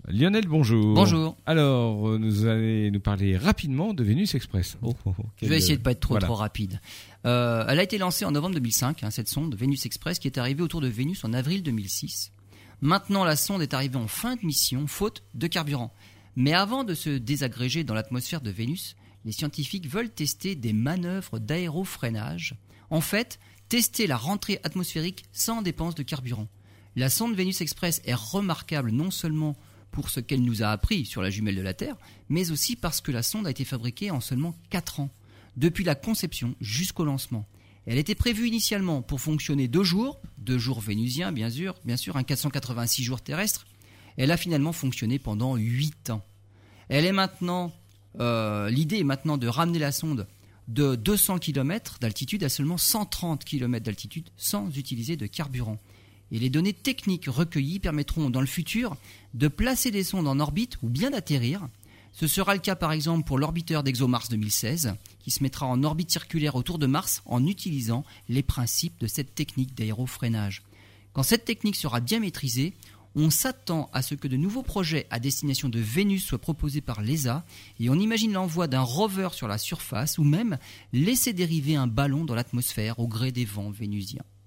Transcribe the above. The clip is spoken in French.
Lionel, bonjour. Bonjour. Alors, vous allez nous parler rapidement de Vénus Express. Je vais essayer de pas être trop rapide. Elle a été lancée en novembre 2005, cette sonde Vénus Express qui est arrivée autour de Vénus en avril 2006. Maintenant, la sonde est arrivée en fin de mission, faute de carburant. Mais avant de se désagréger dans l'atmosphère de Vénus, les scientifiques veulent tester des manœuvres d'aérofreinage. En fait, tester la rentrée atmosphérique sans dépense de carburant. La sonde Vénus Express est remarquable non seulement pour ce qu'elle nous a appris sur la jumelle de la Terre, mais aussi parce que la sonde a été fabriquée en seulement 4 ans, depuis la conception jusqu'au lancement. Elle était prévue initialement pour fonctionner 2 jours vénusiens bien sûr, 486 jours terrestres. Elle a finalement fonctionné pendant 8 ans. L'idée est maintenant de ramener la sonde de 200 km d'altitude à seulement 130 km d'altitude sans utiliser de carburant. Et les données techniques recueillies permettront dans le futur de placer des sondes en orbite ou bien d'atterrir. Ce sera le cas par exemple pour l'orbiteur d'ExoMars 2016 qui se mettra en orbite circulaire autour de Mars en utilisant les principes de cette technique d'aérofreinage. Quand cette technique sera bien maîtrisée, on s'attend à ce que de nouveaux projets à destination de Vénus soient proposés par l'ESA et on imagine l'envoi d'un rover sur la surface ou même laisser dériver un ballon dans l'atmosphère au gré des vents vénusiens.